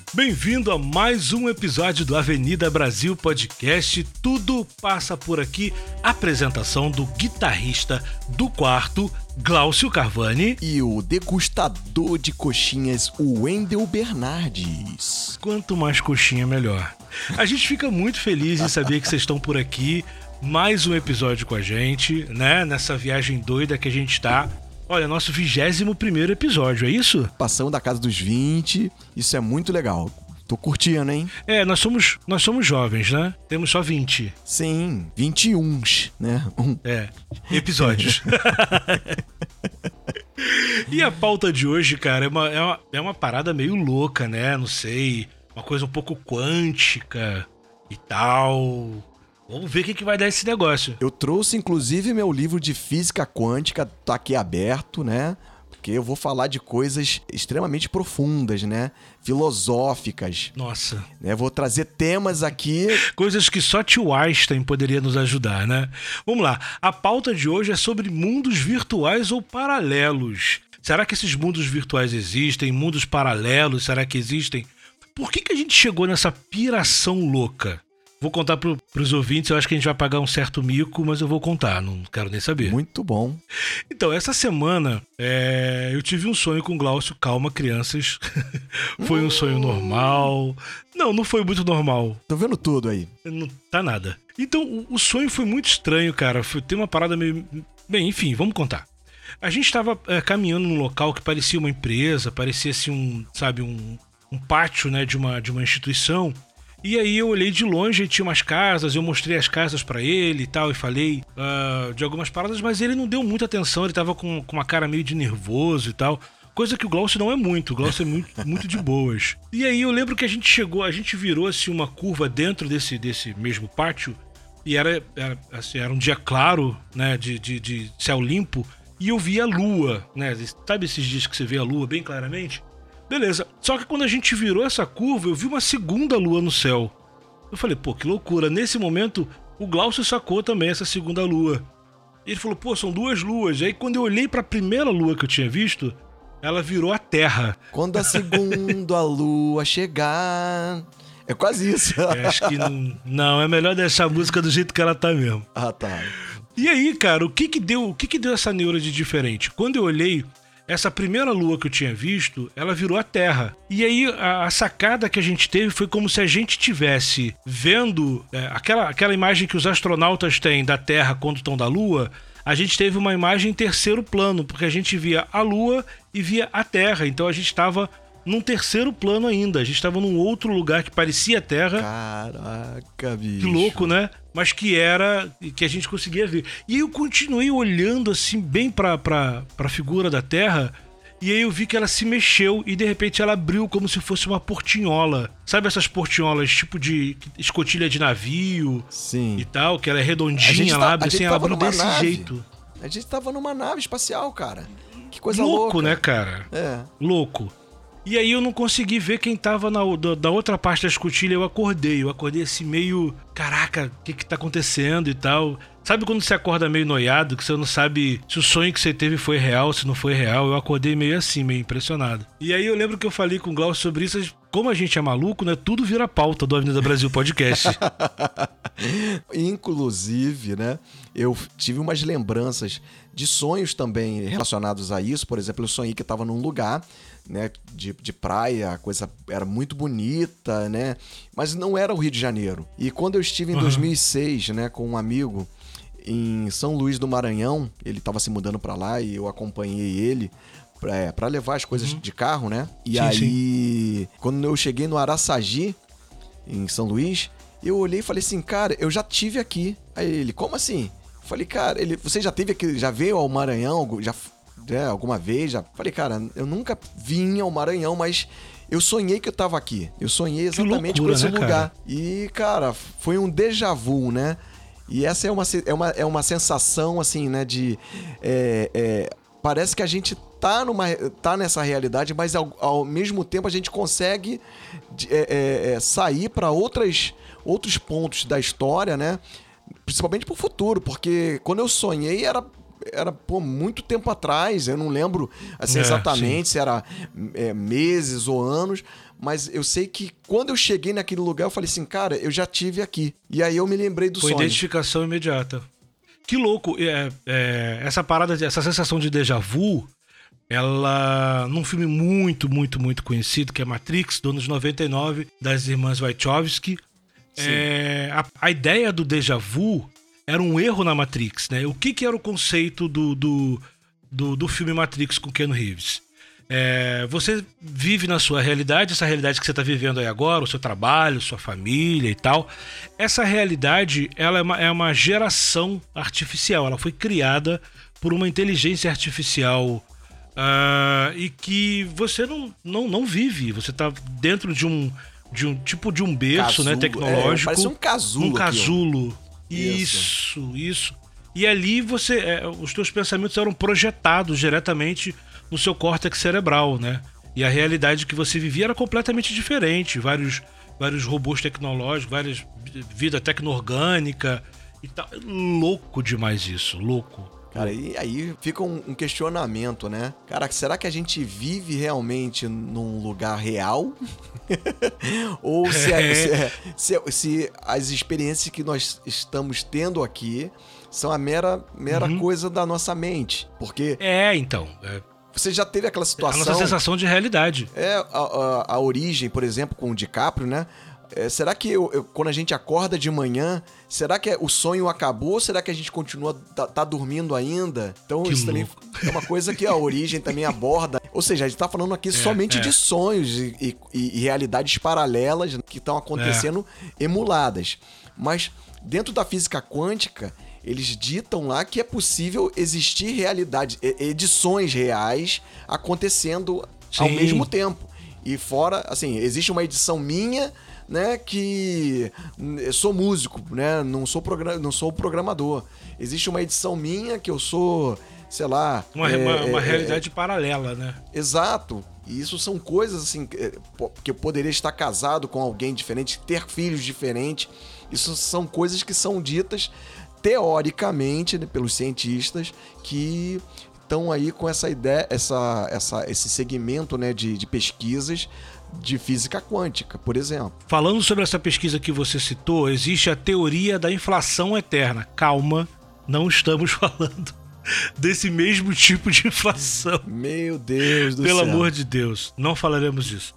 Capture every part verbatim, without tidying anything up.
Bem-vindo a mais um episódio do Avenida Brasil Podcast. Tudo passa por aqui. Apresentação do guitarrista do quarto, Glaucio Carvani. E o degustador de coxinhas, o Wendel Bernardes. Quanto mais coxinha, melhor. A gente fica muito feliz em saber que vocês estão por aqui. Mais um episódio com a gente, né? Nessa viagem doida que a gente tá. Olha, nosso vigésimo primeiro episódio, é isso? Passamos da casa dos vinte, isso é muito legal. Tô curtindo, hein? É, nós somos, nós somos jovens, né? Temos só vinte. Sim, vinte e um, né? Um. É, episódios. E a pauta de hoje, cara, é uma, é, uma, é uma parada meio louca, né? Não sei, uma coisa um pouco quântica e tal. Vamos ver o que, que vai dar esse negócio. Eu trouxe, inclusive, meu livro de física quântica, tá aqui aberto, né? Porque eu vou falar de coisas extremamente profundas, né? Filosóficas. Nossa. Né? Vou trazer temas aqui... Coisas que só tio Einstein poderia nos ajudar, né? Vamos lá. A pauta de hoje é sobre mundos virtuais ou paralelos. Será que esses mundos virtuais existem? Mundos paralelos, será que existem? Por que, que a gente chegou nessa piração louca? Vou contar pro, pros ouvintes, eu acho que a gente vai pagar um certo mico, mas eu vou contar, não quero nem saber. Muito bom. Então, essa semana, é, eu tive um sonho com o Glaucio. Calma, crianças. Foi um sonho normal. Não, não foi muito normal. Tô vendo tudo aí. Não tá nada. Então, o, o sonho foi muito estranho, cara. Foi, tem uma parada meio... Bem, enfim, vamos contar. A gente tava é, caminhando num local que parecia uma empresa, parecia assim um, sabe, um, um pátio, né, de uma, de uma instituição. E aí eu olhei de longe e tinha umas casas, eu mostrei as casas pra ele e tal, e falei uh, de algumas paradas, mas ele não deu muita atenção, ele tava com, com uma cara meio de nervoso e tal, coisa que o Glaucio não é muito, o Glaucio é muito, muito de boas. E aí eu lembro que a gente chegou, a gente virou assim uma curva dentro desse, desse mesmo pátio, e era, era, assim, era um dia claro, né, de, de, de céu limpo, e eu vi a lua, né, sabe esses dias que você vê a lua bem claramente? Beleza, só que quando a gente virou essa curva, eu vi uma segunda lua no céu. Eu falei, pô, que loucura. Nesse momento, o Glaucio sacou também essa segunda lua. E ele falou, pô, são duas luas. E aí quando eu olhei pra primeira lua que eu tinha visto, ela virou a Terra. Quando a segunda lua chegar... É quase isso. É, acho que não, não, é melhor deixar a música do jeito que ela tá mesmo. Ah, tá. E aí, cara, o que que deu, o que que deu essa neura de diferente? Quando eu olhei... Essa primeira lua que eu tinha visto, ela virou a Terra. E aí a, a sacada que a gente teve foi como se a gente tivesse vendo é, aquela, aquela imagem que os astronautas têm da Terra quando estão da Lua. A gente teve uma imagem em terceiro plano, porque a gente via a Lua e via a Terra. Então a gente estava num terceiro plano ainda. A gente estava num outro lugar que parecia a Terra. Caraca, bicho. Que louco, né? Mas que era, que a gente conseguia ver. E eu continuei olhando assim, bem pra, pra, pra figura da Terra, e aí eu vi que ela se mexeu e de repente ela abriu como se fosse uma portinhola. Sabe essas portinholas tipo de escotilha de navio? Sim. E tal, que ela é redondinha, ela abre assim, ela abriu desse nave. jeito. A gente tava numa nave espacial, cara. Que coisa louco, louca. Louco, né, cara? É. Louco. E aí eu não consegui ver quem tava na, da, da outra parte da escotilha, eu acordei. Eu acordei assim meio... Caraca, o que que tá acontecendo e tal... Sabe quando você acorda meio noiado, que você não sabe se o sonho que você teve foi real, se não foi real? Eu acordei meio assim, meio impressionado. E aí eu lembro que eu falei com o Glaucio sobre isso, como a gente é maluco, né? Tudo vira pauta do Avenida Brasil Podcast. Inclusive, né? Eu tive umas lembranças de sonhos também relacionados a isso. Por exemplo, eu sonhei que eu tava num lugar, né, de, de praia, a coisa era muito bonita, né? Mas não era o Rio de Janeiro. E quando eu estive em uhum. dois mil e seis, né, com um amigo em São Luís do Maranhão, ele estava se mudando para lá e eu acompanhei ele pra, pra levar as coisas uhum. de carro, né? E sim, aí, sim. quando eu cheguei no Araçagi, em São Luís, eu olhei e falei assim, cara, eu já tive aqui. Aí ele, como assim? Eu falei, cara, ele, você já teve aqui, já veio ao Maranhão, já, é, alguma vez? Já? Falei, cara, eu nunca vim ao Maranhão, mas eu sonhei que eu tava aqui. Eu sonhei exatamente com esse né, lugar. Cara? E, cara, foi um déjà vu, né? E essa é uma, é uma, é uma sensação, assim, né, de... É, é, parece que a gente tá, numa, tá nessa realidade, mas ao, ao mesmo tempo a gente consegue é, é, sair para outros pontos da história, né? Principalmente pro futuro, porque quando eu sonhei era... Era, pô, muito tempo atrás, eu não lembro assim, é, exatamente sim. se era é, meses ou anos, mas eu sei que quando eu cheguei naquele lugar, eu falei assim, cara, eu já tive aqui. E aí eu me lembrei do Foi sonho. identificação imediata. Que louco. É, é, essa parada, essa sensação de déjà vu, ela, num filme muito, muito, muito conhecido, que é Matrix, do anos noventa e nove, das irmãs Wachowski, é, a, a ideia do déjà vu era um erro na Matrix, né? O que, que era o conceito do, do, do, do filme Matrix com Keanu Reeves? É, você vive na sua realidade, essa realidade que você está vivendo aí agora, o seu trabalho, sua família e tal. Essa realidade, ela é uma, é uma geração artificial, ela foi criada por uma inteligência artificial uh, e que você não, não, não vive. Você está dentro de um, de um tipo de um berço, casulo, né, tecnológico. É, parece um casulo. Um casulo. Aqui, isso, isso. E ali você, é, os teus pensamentos eram projetados diretamente no seu córtex cerebral, né? E a realidade que você vivia era completamente diferente. Vários, vários robôs tecnológicos, várias vida tecno-orgânica e tal. Louco demais isso, louco. Cara, e aí fica um, um questionamento, né? Cara, será que a gente vive realmente num lugar real? Ou se, é, se, é, se, se as experiências que nós estamos tendo aqui são a mera, mera uhum. coisa da nossa mente? Porque... É, então... É... Você já teve aquela situação... A nossa sensação de realidade. É, a, a, a origem, por exemplo, com o DiCaprio, né? É, será que eu, eu, quando a gente acorda de manhã, será que o sonho acabou ou será que a gente continua, tá, tá dormindo ainda? Então que isso louco. Também é uma coisa que a origem também aborda. Ou seja, a gente tá falando aqui é, somente é. de sonhos e, e, e realidades paralelas que estão acontecendo é. emuladas. Mas dentro da física quântica, eles ditam lá que é possível existir realidade, edições reais acontecendo Sim. ao mesmo tempo. E fora, assim, existe uma edição minha, né, que eu sou músico, né, não sou, program... não sou programador. Existe uma edição minha que eu sou, sei lá... Uma, é, uma, uma é, realidade é... paralela, né? Exato. E isso são coisas, assim, que eu poderia estar casado com alguém diferente, ter filhos diferentes. Isso são coisas que são ditas teoricamente, né, pelos cientistas que estão aí com essa ideia, essa, essa, esse segmento, né, de, de pesquisas de física quântica, por exemplo. Falando sobre essa pesquisa que você citou, existe a teoria da inflação eterna. Calma, não estamos falando desse mesmo tipo de inflação. Meu Deus do Pelo céu. Pelo amor de Deus, não falaremos disso.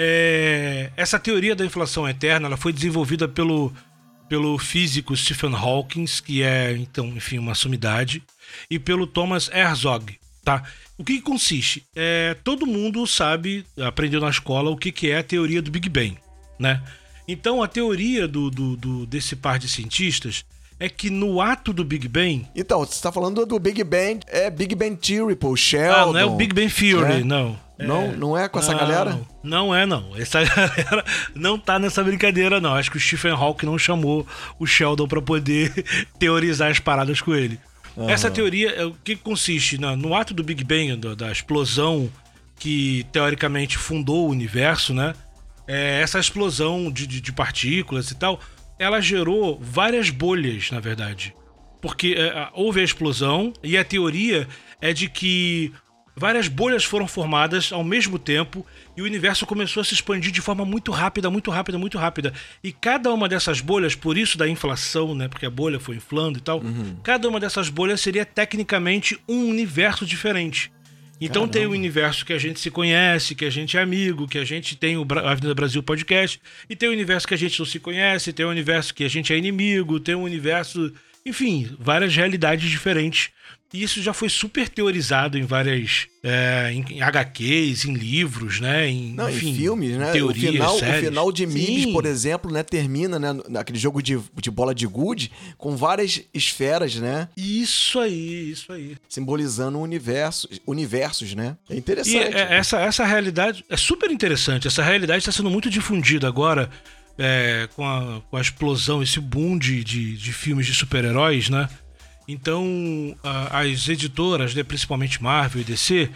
É, essa teoria da inflação eterna, ela foi desenvolvida pelo pelo físico Stephen Hawking, que é, então, enfim, uma sumidade, e pelo Thomas Herzog, tá? O que, que consiste? É, todo mundo sabe, aprendeu na escola, o que, que é a teoria do Big Bang, né? Então, a teoria do, do, do, desse par de cientistas é que no ato do Big Bang... Então, você está falando do Big Bang, é Big Bang Theory, pô, Sheldon... Ah, não é o Big Bang Theory, é? não. Não, é, não é com essa não, galera? Não é, não. Essa galera não tá nessa brincadeira, não. Acho que o Stephen Hawking não chamou o Sheldon para poder teorizar as paradas com ele. Uhum. Essa teoria, o que consiste? No, no ato do Big Bang, da, da explosão que teoricamente fundou o universo, né? É, essa explosão de, de, de partículas e tal, ela gerou várias bolhas, na verdade. Porque é, houve a explosão e a teoria é de que várias bolhas foram formadas ao mesmo tempo e o universo começou a se expandir de forma muito rápida, muito rápida, muito rápida. E cada uma dessas bolhas, por isso da inflação, né, porque a bolha foi inflando e tal, uhum. cada uma dessas bolhas seria tecnicamente um universo diferente. Então Caramba. Tem o universo que a gente se conhece, que a gente é amigo, que a gente tem o Avenida Brasil Podcast, e tem o universo que a gente não se conhece, tem o universo que a gente é inimigo, tem o universo... Enfim, várias realidades diferentes. E isso já foi super teorizado em várias... É, em H Qs, em livros, né? Em, Não, enfim, em filmes, né? Teorias, o, final, séries. o final de Mibs, por exemplo, né? Termina, né? Naquele jogo de, de bola de gude com várias esferas, né? Isso aí, isso aí. Simbolizando universo, universos, né? É interessante. E é, essa, essa realidade é super interessante. Essa realidade está sendo muito difundida agora é, com, a, com a explosão, esse boom de, de, de filmes de super-heróis, né? Então, as editoras, né, principalmente Marvel e D C,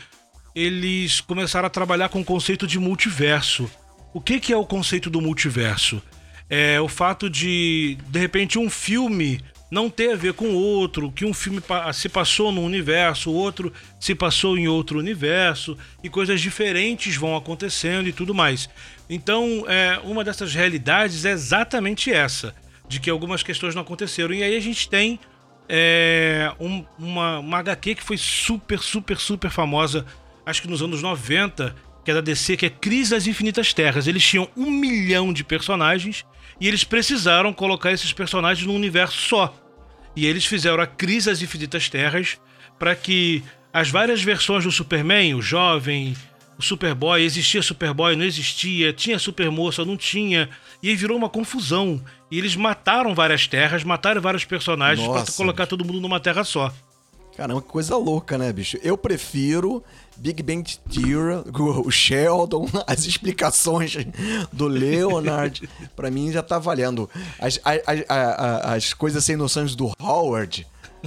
eles começaram a trabalhar com o conceito de multiverso. O que, que é o conceito do multiverso? É o fato de, de repente, um filme não ter a ver com o outro, que um filme se passou num universo, o outro se passou em outro universo, e coisas diferentes vão acontecendo e tudo mais. Então, é, uma dessas realidades é exatamente essa, de que algumas questões não aconteceram. E aí a gente tem é, um, uma, uma agá quê que foi super, super, super famosa, acho que nos anos noventa, que é da dê cê, que é Crise das Infinitas Terras. Eles tinham um milhão de personagens e eles precisaram colocar esses personagens num universo só. E eles fizeram a Crise das Infinitas Terras para que as várias versões do Superman, o jovem, o Superboy, existia Superboy, não existia, tinha Supermoça, não tinha, e aí virou uma confusão. E eles mataram várias terras, mataram vários personagens para colocar todo mundo numa terra só. Caramba, que coisa louca, né, bicho? Eu prefiro Big Bang Theory, o Sheldon, as explicações do Leonard. Pra mim já tá valendo. As, as, as, as coisas sem noções do Howard.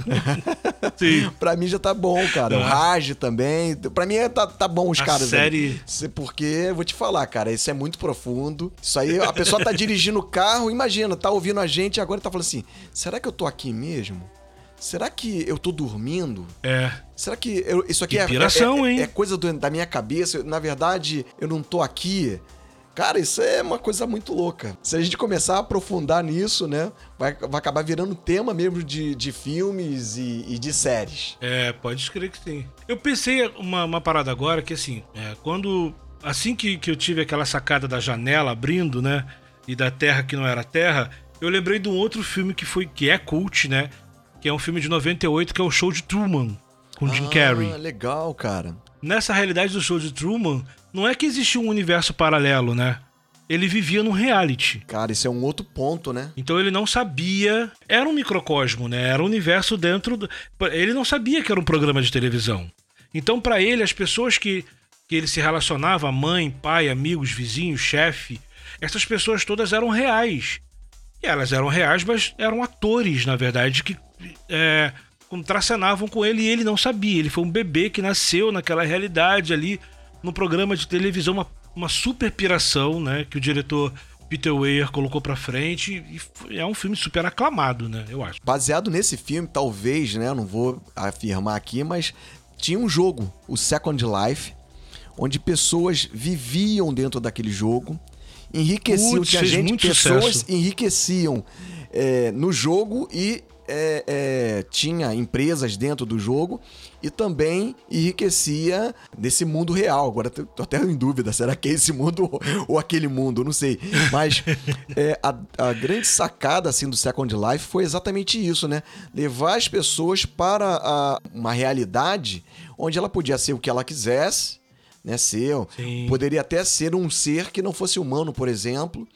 Sim. Pra mim já tá bom, cara. É. O Raj também. Pra mim tá, tá bom os a caras. Série... Aí. Porque, vou te falar, cara, isso é muito profundo. Isso aí, a pessoa tá dirigindo o carro, imagina, tá ouvindo a gente e agora tá falando assim, será que eu tô aqui mesmo? Será que eu tô dormindo? É. Será que eu, isso aqui é, Inspiração, é, é, hein? é coisa do, da minha cabeça? Na verdade, eu não tô aqui. Cara, isso é uma coisa muito louca. Se a gente começar a aprofundar nisso, né? Vai, vai acabar virando tema mesmo de, de filmes e, e de séries. É, pode crer que sim. Eu pensei uma, uma parada agora que, assim, é, quando... Assim que, que eu tive aquela sacada da janela abrindo, né? E da terra que não era terra, eu lembrei de um outro filme que, foi, que é cult, né? Que é um filme de noventa e oito, que é o Show de Truman, com Jim ah, Carrey. Ah, legal, cara. Nessa realidade do Show de Truman, não é que existia um universo paralelo, né? Ele vivia num reality. Cara, isso é um outro ponto, né? Então ele não sabia... Era um microcosmo, né? Era um universo dentro... Do... Ele não sabia que era um programa de televisão. Então, pra ele, as pessoas que, que ele se relacionava, mãe, pai, amigos, vizinhos, chefe, essas pessoas todas eram reais. E elas eram reais, mas eram atores, na verdade, que é, contracenavam com ele e ele não sabia. Ele foi um bebê que nasceu naquela realidade ali, no programa de televisão, uma, uma super piração, né? Que o diretor Peter Weir colocou pra frente e foi, é um filme super aclamado, né? Eu acho. Baseado nesse filme, talvez, né? Eu não vou afirmar aqui, mas tinha um jogo, o Second Life, onde pessoas viviam dentro daquele jogo. Enriqueciam, Putz, tinha gente, pessoas sucesso. enriqueciam é, no jogo e é, é, tinha empresas dentro do jogo e também enriquecia nesse mundo real. Agora tô até em dúvida, será que é esse mundo ou aquele mundo? Não sei. Mas é, a, a grande sacada assim, do Second Life foi exatamente isso, né? Levar as pessoas para a, uma realidade onde ela podia ser o que ela quisesse, né, ser, sim. Poderia até ser um ser que não fosse humano, por exemplo,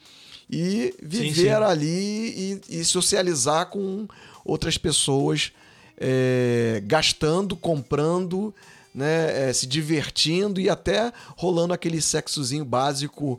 e viver sim, sim. ali e, e socializar com outras pessoas, é, gastando, comprando, né, é, se divertindo e até rolando aquele sexozinho básico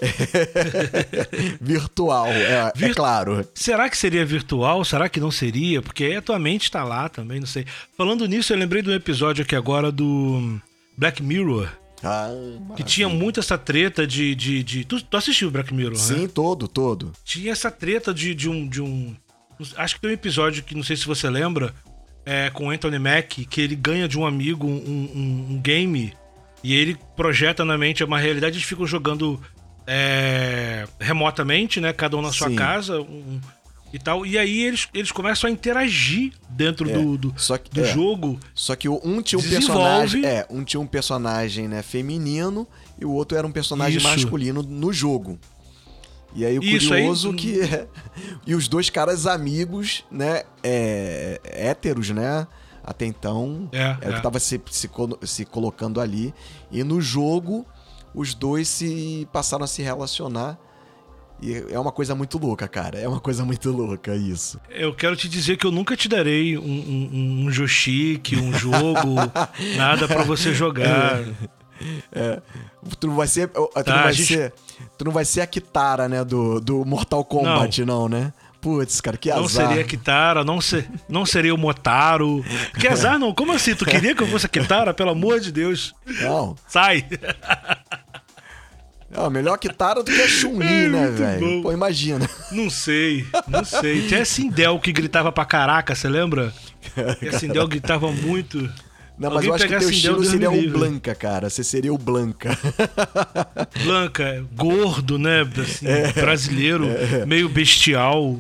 é, virtual, é, Vir... é claro. Será que seria virtual? Será que não seria? Porque aí a tua mente tá lá também, não sei. Falando nisso, eu lembrei de um episódio aqui agora do Black Mirror. Ah, que tinha muito essa treta de... de, de... Tu, tu assistiu o Black Mirror, sim, né? Sim, todo, todo. Tinha essa treta de, de, um, de um... Acho que tem um episódio que, não sei se você lembra, é, com o Anthony Mack, que ele ganha de um amigo um, um, um game e ele projeta na mente uma realidade. Eles ficam jogando é, remotamente, né? Cada um na sua sim. casa um, e tal. E aí eles, eles começam a interagir dentro é, do, do, só que, do é, jogo. Só que um tinha um personagem, é, um tinha um personagem, né, feminino e o outro era um personagem Isso. masculino no jogo. E aí o Isso, curioso aí... que é, e os dois caras amigos, né, é, héteros, né? Até então é, era o é. que tava se, se, se colocando ali. E no jogo os dois se passaram a se relacionar. E é uma coisa muito louca, cara. É uma coisa muito louca isso. Eu quero te dizer que eu nunca te darei um, um, um joystick, um jogo, nada pra você jogar. É. É. Tu não vai ser, tu tá, não vai gente... ser, tu não vai ser a Kitara, né, do, do Mortal Kombat, não, não né? Putz, cara, que azar. Não seria a Kitara, não, ser, não seria o Motaro. Que azar, não? Como assim? Tu queria que eu fosse a Kitara? Pelo amor de Deus. Não. Sai. É a melhor guitarra do que a Chun-Li, É, né, muito velho? bom. Pô, imagina. Não sei, não sei. Tinha a Sindel que gritava pra caraca, você lembra? E a Sindel gritava muito. Não, mas Alguém eu acho que pegar teu a Sindel, estilo Deus seria me o livre. Blanca, cara. Você seria o Blanca. Blanca, gordo, né? Assim, brasileiro, meio bestial.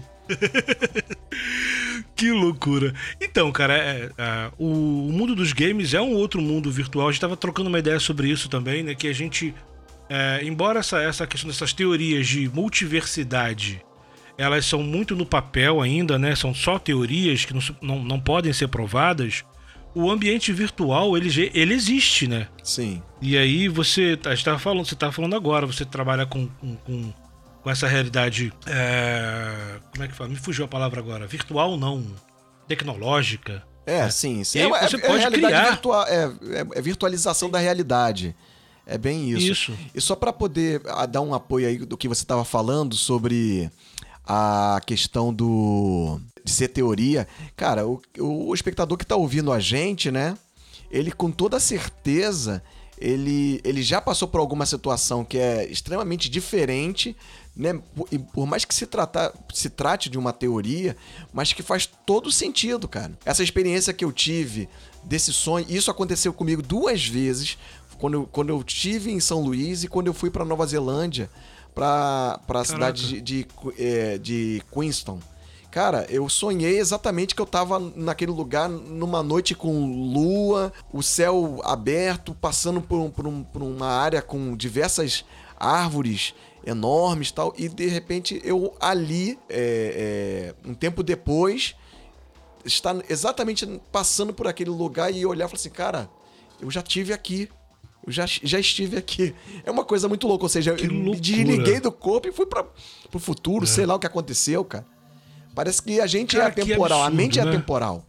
Que loucura. Então, cara, é, é, o, o mundo dos games é um outro mundo virtual. A gente tava trocando uma ideia sobre isso também, né? Que a gente, é, embora essa, essa questão dessas teorias de multiversidade, elas são muito no papel ainda, né? São só teorias que não, não, não podem ser provadas. O ambiente virtual, ele, ele existe, né? Sim. E aí você, a gente tava falando, você tava falando agora, você trabalha com, com, com, com essa realidade, é, como é que fala? Me fugiu a palavra agora. Virtual não, tecnológica. É, né? sim, sim. E aí É, você é, pode é realidade criar. virtual, é, é, é virtualização da realidade. É bem isso. Isso. E só para poder ah, dar um apoio aí do que você estava falando sobre a questão do de ser teoria, cara, o, o espectador que tá ouvindo a gente, né? Ele com toda certeza, ele, ele já passou por alguma situação que é extremamente diferente, né? Por, por mais que se, tratar, se trate de uma teoria, mas que faz todo sentido, cara. Essa experiência que eu tive desse sonho, isso aconteceu comigo duas vezes, quando eu, quando eu estive em São Luís e quando eu fui para Nova Zelândia, para a cidade de, de, de, de Queenstown. Cara, eu sonhei exatamente que eu tava naquele lugar numa noite com lua, o céu aberto, passando por, um, por, um, por uma área com diversas árvores enormes e tal, e de repente eu ali, é, é, um tempo depois, está exatamente passando por aquele lugar e olhar e falar assim, cara, eu já estive aqui. Eu já, já estive aqui. É uma coisa muito louca, ou seja, Que eu me loucura. desliguei do corpo e fui para pro futuro, É. sei lá o que aconteceu, cara. Parece que a gente Cara, é que atemporal, a absurdo, mente é né? atemporal.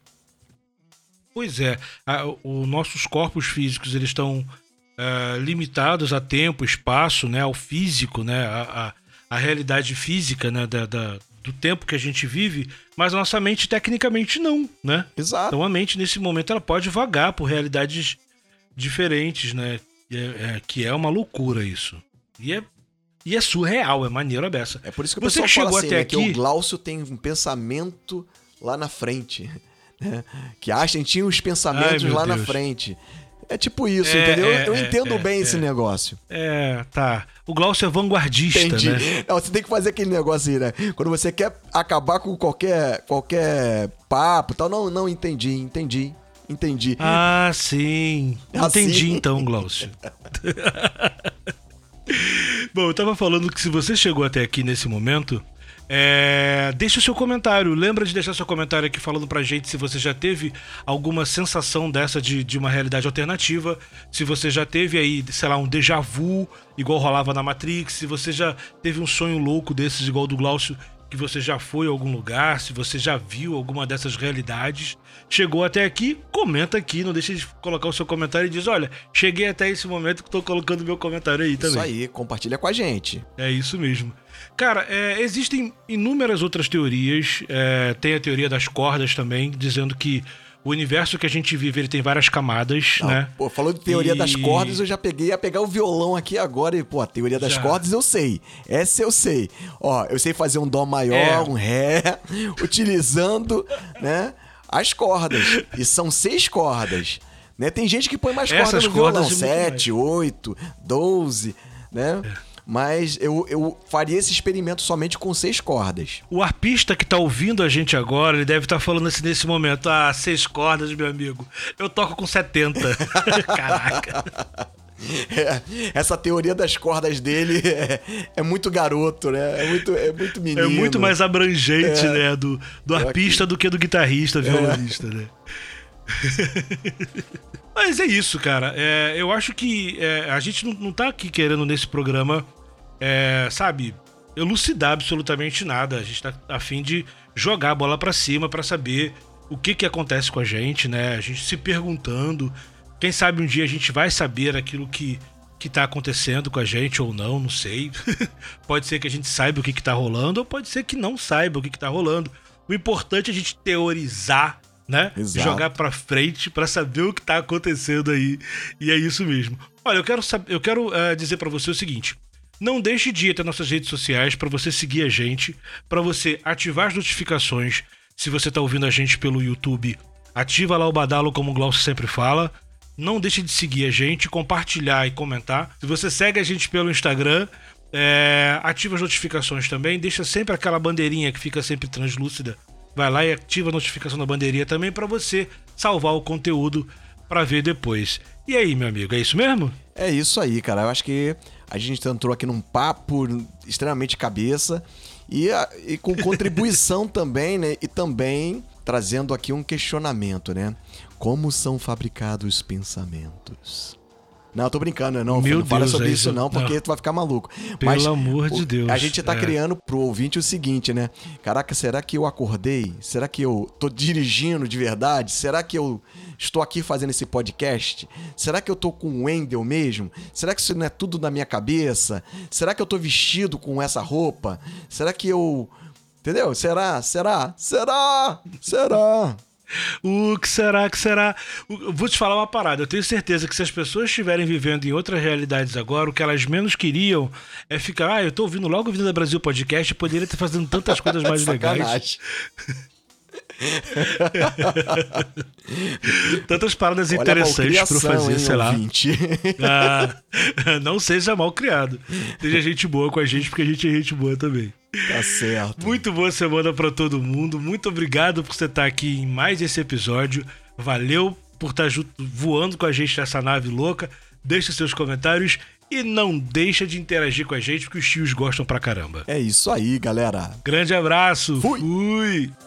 Pois é, os nossos corpos físicos, eles estão é, limitados a tempo, espaço, né, ao físico, né, a, a, a realidade física, né, da, da, do tempo que a gente vive, mas a nossa mente tecnicamente não, né? Exato. Então a mente nesse momento ela pode vagar por realidades diferentes, né? É, é, que é uma loucura isso. E é, e é surreal, é maneiro a beça. É por isso que o Você pessoal que chegou fala assim, até né, aqui, que o Glaucio tem um pensamento lá na frente. Né? Que Einstein tinha os pensamentos Ai, meu lá na Deus. frente. É tipo isso, É, entendeu? é, eu é, entendo é, bem é. esse negócio. é, tá. O Glaucio é vanguardista, Entendi. né? Não, você tem que fazer aquele negócio aí, né? Quando você quer acabar com qualquer, qualquer papo e tal. Não, não, entendi, entendi, entendi. Ah, sim. Entendi Assim? então, Glaucio. Bom, eu tava falando que se você chegou até aqui nesse momento, é... deixa o seu comentário. Lembra de deixar seu comentário aqui falando pra gente se você já teve alguma sensação dessa de, de uma realidade alternativa, se você já teve aí, sei lá, um déjà vu, igual rolava na Matrix, se você já teve um sonho louco desses igual o do Glaucio, que você já foi a algum lugar, se você já viu alguma dessas realidades. Chegou até aqui, comenta aqui, não deixe de colocar o seu comentário e diz, olha, cheguei até esse momento que tô colocando meu comentário aí também. Isso aí, compartilha com a gente. É isso mesmo. Cara, é, existem inúmeras outras teorias, é, tem a teoria das cordas também, dizendo que o universo que a gente vive, ele tem várias camadas, Não, né? Pô, falou de teoria E- das cordas, eu já peguei a pegar o violão aqui agora e, pô, a teoria das Já. cordas eu sei. Essa eu sei. Ó, eu sei fazer um dó maior, É. um ré, utilizando, né, as cordas. E são seis cordas. Né? Tem gente que põe mais cordas Essas no violão, cordas e muito sete, oito, doze, né? Mas eu, eu faria esse experimento somente com seis cordas. O arpista que tá ouvindo a gente agora, ele deve estar falando assim nesse momento, ah, seis cordas, meu amigo, eu toco com setenta. Caraca. É, essa teoria das cordas dele é, é muito garoto, né? É muito, é muito menino. É muito mais abrangente, É. né, do, do É arpista do que do guitarrista, violonista, né? Mas é isso, cara. É, eu acho que é, a gente não, não tá aqui querendo nesse programa, é, sabe, elucidar absolutamente nada. A gente tá a fim de jogar a bola pra cima pra saber o que que acontece com a gente, né? A gente se perguntando. Quem sabe um dia a gente vai saber aquilo que, que tá acontecendo com a gente ou não, não sei. Pode ser que a gente saiba o que que tá rolando ou pode ser que não saiba o que que tá rolando. O importante é a gente teorizar né? Exato. Jogar pra frente pra saber o que tá acontecendo aí. E é isso mesmo. Olha, eu quero, saber, eu quero uh, dizer pra você o seguinte. Não deixe de ir até nossas redes sociais pra você seguir a gente, pra você ativar as notificações. Se você tá ouvindo a gente pelo YouTube, ativa lá o badalo, como o Glaucio sempre fala. Não deixe de seguir a gente, compartilhar e comentar. Se você segue a gente pelo Instagram, é, ativa as notificações também. Deixa sempre aquela bandeirinha que fica sempre translúcida. Vai lá e ativa a notificação da bandeirinha também para você salvar o conteúdo para ver depois. E aí, meu amigo, é isso mesmo? É isso aí, cara. Eu acho que a gente entrou aqui num papo extremamente cabeça e, e com contribuição também, né? E também trazendo aqui um questionamento, né? Como são fabricados os pensamentos? Não, eu tô brincando, não. Meu não fala Deus, sobre é isso isso, não, porque não. tu vai ficar maluco. Pelo Mas amor de o, Deus. A gente tá é. criando pro ouvinte o seguinte, né? Caraca, será que eu acordei? Será que eu tô dirigindo de verdade? Será que eu estou aqui fazendo esse podcast? Será que eu tô com o Wendel mesmo? Será que isso não é tudo na minha cabeça? Será que eu tô vestido com essa roupa? Será que eu... Entendeu? Será? Será? Será? Será? O que será, que será? Eu vou te falar uma parada. Eu tenho certeza que se as pessoas estiverem vivendo em outras realidades agora, o que elas menos queriam é ficar, ah, eu tô ouvindo logo o Vida Brasil Podcast e poderia estar fazendo tantas coisas mais legais. Tantas paradas Olha, interessantes pra eu fazer, hein, sei lá. Ah, não seja mal criado. Seja gente boa com a gente, porque a gente é gente boa também. Tá certo. Muito boa semana pra todo mundo. Muito obrigado por você estar aqui em mais esse episódio. Valeu por estar voando com a gente nessa nave louca. Deixa seus comentários e não deixa de interagir com a gente, porque os tios gostam pra caramba. É isso aí, galera. Grande abraço. Fui. Fui.